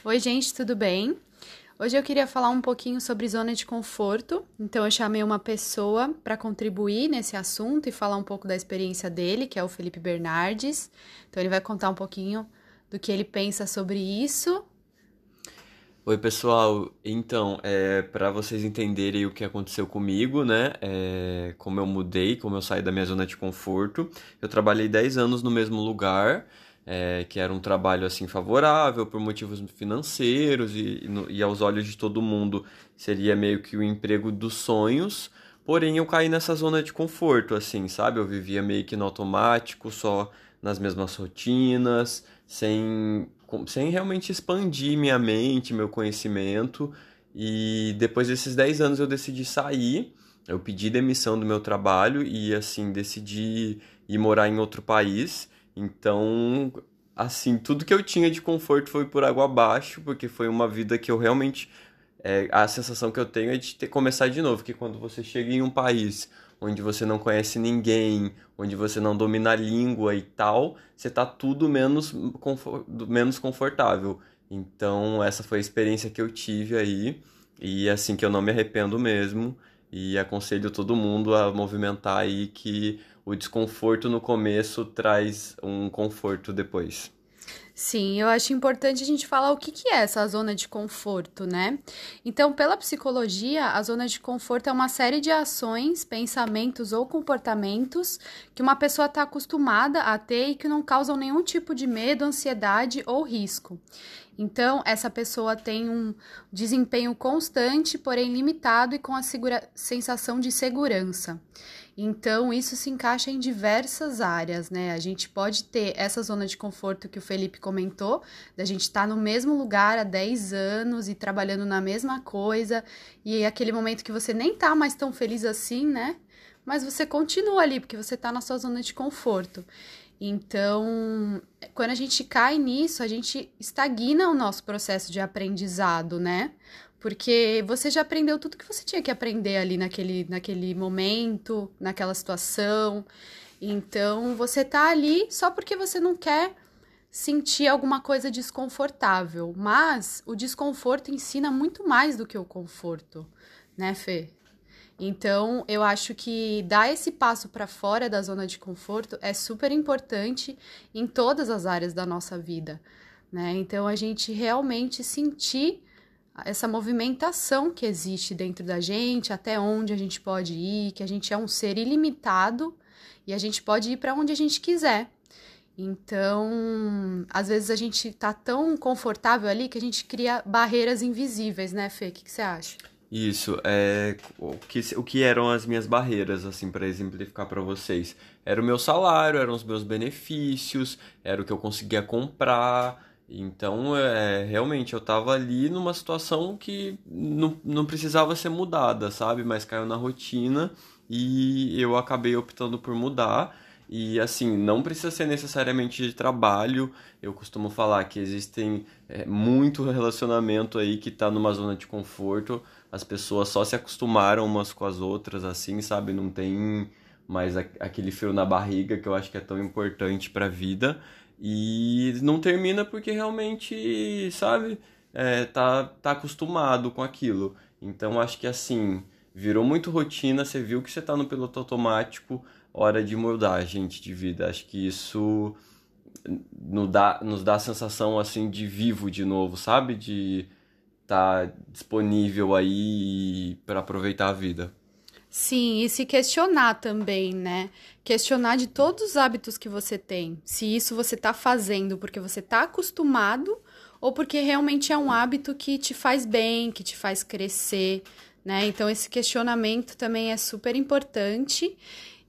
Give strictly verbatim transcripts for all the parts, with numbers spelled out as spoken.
Oi, gente, tudo bem? Hoje eu queria falar um pouquinho sobre zona de conforto, então eu chamei uma pessoa para contribuir nesse assunto e falar um pouco da experiência dele, que é o Felipe Bernardes. Então ele vai contar um pouquinho do que ele pensa sobre isso. Oi, pessoal. Então, é, para vocês entenderem o que aconteceu comigo, né? É, como eu mudei, como eu saí da minha zona de conforto. Eu trabalhei dez anos no mesmo lugar, é, que era um trabalho assim favorável por motivos financeiros e, e, no- e aos olhos de todo mundo seria meio que o emprego dos sonhos. Porém, eu caí nessa zona de conforto, assim, sabe? Eu vivia meio que no automático, só nas mesmas rotinas, sem, com- sem realmente expandir minha mente, meu conhecimento. E depois desses dez anos eu decidi sair, eu pedi demissão do meu trabalho e assim decidi ir morar em outro país. Então, assim, tudo que eu tinha de conforto foi por água abaixo, porque foi uma vida que eu realmente é, a sensação que eu tenho é de ter começar de novo, que quando você chega em um país onde você não conhece ninguém, onde você não domina a língua e tal, você tá tudo menos, confor- menos confortável. Então, essa foi a experiência que eu tive aí, e assim que eu não me arrependo mesmo, e aconselho todo mundo a movimentar aí que o desconforto no começo traz um conforto depois. Sim, eu acho importante a gente falar o que que é essa zona de conforto, né? Então, pela psicologia, a zona de conforto é uma série de ações, pensamentos ou comportamentos que uma pessoa está acostumada a ter e que não causam nenhum tipo de medo, ansiedade ou risco. Então, essa pessoa tem um desempenho constante, porém limitado e com a segura- sensação de segurança. Então, isso se encaixa em diversas áreas, né? A gente pode ter essa zona de conforto que o Felipe comentou, da gente estar no mesmo lugar há dez anos e trabalhando na mesma coisa, e é aquele momento que você nem tá mais tão feliz assim, né? Mas você continua ali, porque você tá na sua zona de conforto. Então, quando a gente cai nisso, a gente estagna o nosso processo de aprendizado, né? Porque você já aprendeu tudo que você tinha que aprender ali naquele, naquele momento, naquela situação. Então, você tá ali só porque você não quer sentir alguma coisa desconfortável. Mas o desconforto ensina muito mais do que o conforto, né, Fê? Então, eu acho que dar esse passo para fora da zona de conforto é super importante em todas as áreas da nossa vida, né? Então, a gente realmente sentir essa movimentação que existe dentro da gente, até onde a gente pode ir, que a gente é um ser ilimitado e a gente pode ir para onde a gente quiser. Então, às vezes a gente tá tão confortável ali que a gente cria barreiras invisíveis, né, Fê? O que que você acha? Isso, é o que, o que eram as minhas barreiras, assim, para exemplificar para vocês. Era o meu salário, eram os meus benefícios, era o que eu conseguia comprar. Então, é, realmente, eu tava ali numa situação que não, não precisava ser mudada, sabe? Mas caiu na rotina e eu acabei optando por mudar. E assim, não precisa ser necessariamente de trabalho. Eu costumo falar que existem é, muito relacionamento aí que tá numa zona de conforto, as pessoas só se acostumaram umas com as outras, assim, sabe? Não tem mais a- aquele frio na barriga que eu acho que é tão importante pra vida. E não termina porque realmente, sabe? É, tá, tá acostumado com aquilo. Então acho que assim, virou muito rotina, você viu que você tá no piloto automático, hora de mudar, gente, de vida. Acho que isso nos dá, nos dá a sensação assim de vivo de novo, sabe? De tá disponível aí para aproveitar a vida. Sim, e se questionar também, né? Questionar de todos os hábitos que você tem. Se isso você tá fazendo porque você tá acostumado ou porque realmente é um hábito que te faz bem, que te faz crescer, né? Então, esse questionamento também é super importante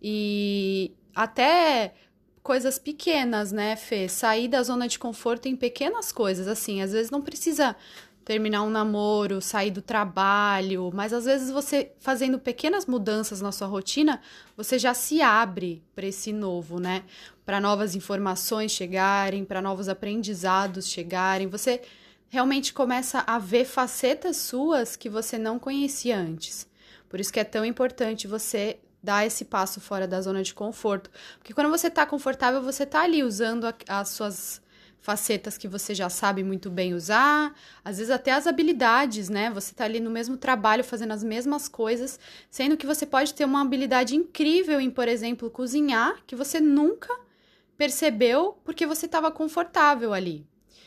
e até coisas pequenas, né, Fê? Sair da zona de conforto em pequenas coisas, assim, às vezes não precisa terminar um namoro, sair do trabalho, mas às vezes você fazendo pequenas mudanças na sua rotina, você já se abre para esse novo, né? Para novas informações chegarem, para novos aprendizados chegarem. Você realmente começa a ver facetas suas que você não conhecia antes. Por isso que é tão importante você dar esse passo fora da zona de conforto, porque quando você está confortável, você está ali usando a- as suas facetas que você já sabe muito bem usar, às vezes até as habilidades, né? Você tá ali no mesmo trabalho fazendo as mesmas coisas, sendo que você pode ter uma habilidade incrível em, por exemplo, cozinhar, que você nunca percebeu porque você estava confortável ali.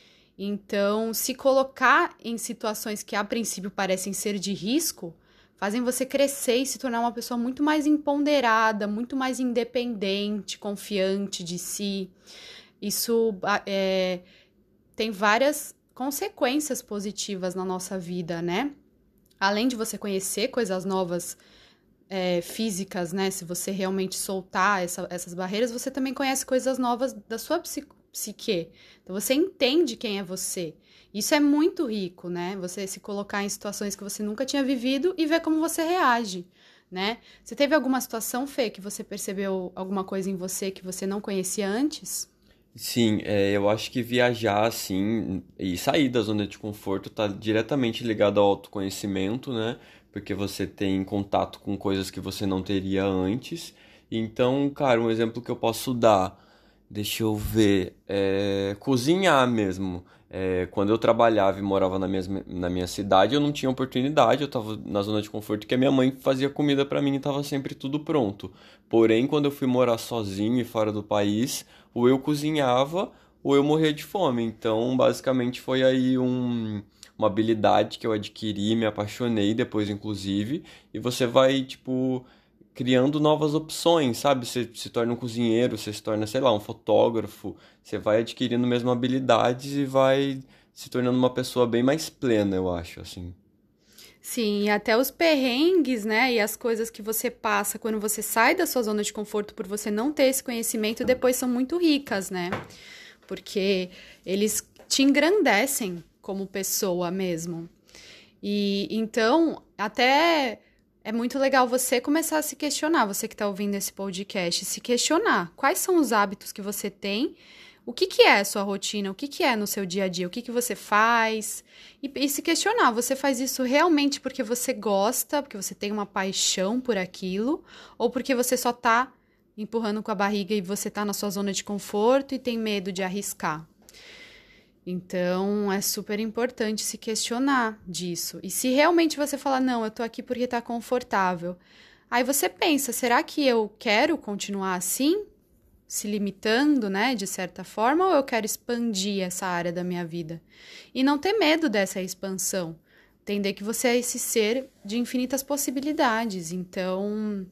Então, se colocar em situações que a princípio parecem ser de risco, fazem você crescer e se tornar uma pessoa muito mais empoderada, muito mais independente, confiante de si. Isso é, tem várias consequências positivas na nossa vida, né? Além de você conhecer coisas novas é, físicas, né? Se você realmente soltar essa, essas barreiras, você também conhece coisas novas da sua psico, psique. Então, você entende quem é você. Isso é muito rico, né? Você se colocar em situações que você nunca tinha vivido e ver como você reage, né? Você teve alguma situação, Fê, que você percebeu alguma coisa em você que você não conhecia antes? Sim, é, eu acho que viajar assim e sair da zona de conforto está diretamente ligado ao autoconhecimento, né? Porque você tem contato com coisas que você não teria antes. Então, cara, um exemplo que eu posso dar, deixa eu ver, é cozinhar mesmo. É, quando eu trabalhava e morava na minha, na minha cidade, eu não tinha oportunidade, eu estava na zona de conforto que a minha mãe fazia comida para mim e estava sempre tudo pronto. Porém, quando eu fui morar sozinho e fora do país, ou eu cozinhava ou eu morria de fome. Então, basicamente, foi aí um, uma habilidade que eu adquiri, me apaixonei depois, inclusive. E você vai, tipo, criando novas opções, sabe? Você se torna um cozinheiro, você se torna, sei lá, um fotógrafo. Você vai adquirindo mesmo habilidades e vai se tornando uma pessoa bem mais plena, eu acho, assim. Sim, e até os perrengues, né? E as coisas que você passa quando você sai da sua zona de conforto por você não ter esse conhecimento, depois são muito ricas, né? Porque eles te engrandecem como pessoa mesmo. E então, até é muito legal você começar a se questionar, você que está ouvindo esse podcast, se questionar quais são os hábitos que você tem, o que que é a sua rotina, o que que é no seu dia a dia, o que que você faz, e, e se questionar, você faz isso realmente porque você gosta, porque você tem uma paixão por aquilo, ou porque você só está empurrando com a barriga e você está na sua zona de conforto e tem medo de arriscar. Então, é super importante se questionar disso. E se realmente você falar, não, eu tô aqui porque tá confortável. Aí você pensa, será que eu quero continuar assim? Se limitando, né, de certa forma, ou eu quero expandir essa área da minha vida? E não ter medo dessa expansão. Entender que você é esse ser de infinitas possibilidades. Então,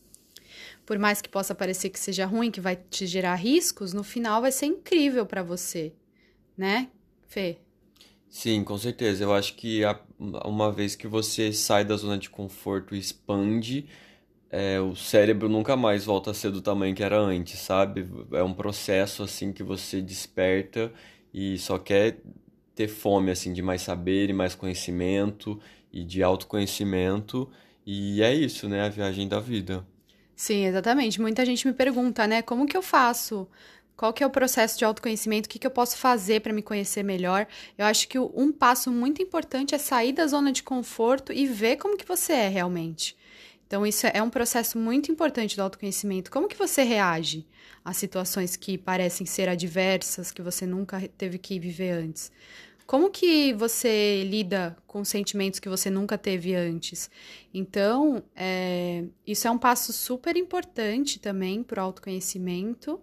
por mais que possa parecer que seja ruim, que vai te gerar riscos, no final vai ser incrível para você. Né, Fê? Sim, com certeza. Eu acho que a- uma vez que você sai da zona de conforto e expande, é, o cérebro nunca mais volta a ser do tamanho que era antes, sabe? É um processo assim que você desperta e só quer ter fome assim de mais saber e mais conhecimento e de autoconhecimento. E é isso, né? A viagem da vida. Sim, exatamente. Muita gente me pergunta, né, como que eu faço? Qual que é o processo de autoconhecimento? O que que eu posso fazer para me conhecer melhor? Eu acho que o- um passo muito importante é sair da zona de conforto e ver como que você é realmente. Então, isso é um processo muito importante do autoconhecimento. Como que você reage a situações que parecem ser adversas, que você nunca re- teve que viver antes? Como que você lida com sentimentos que você nunca teve antes? Então, é, isso é um passo super importante também para o autoconhecimento.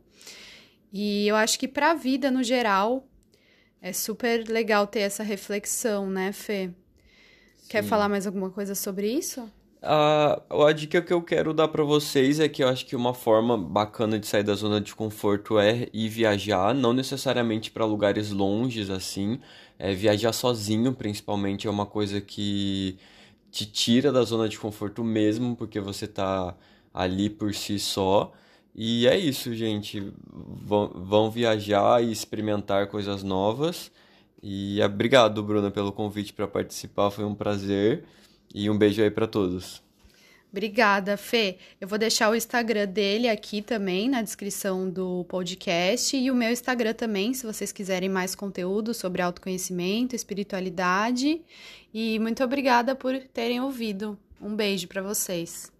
E eu acho que para a vida no geral é super legal ter essa reflexão, né, Fê? Quer falar Sim. mais alguma coisa sobre isso? A, a dica que eu quero dar pra vocês é que eu acho que uma forma bacana de sair da zona de conforto é ir viajar, não necessariamente para lugares longes assim. É, viajar sozinho, principalmente, é uma coisa que te tira da zona de conforto mesmo, porque você tá ali por si só. E é isso, gente. Vão, vão viajar e experimentar coisas novas. E obrigado, Bruna, pelo convite para participar, foi um prazer. E um beijo aí pra todos. Obrigada, Fê. Eu vou deixar o Instagram dele aqui também na descrição do podcast e o meu Instagram também, se vocês quiserem mais conteúdo sobre autoconhecimento, espiritualidade. E muito obrigada por terem ouvido. Um beijo para vocês.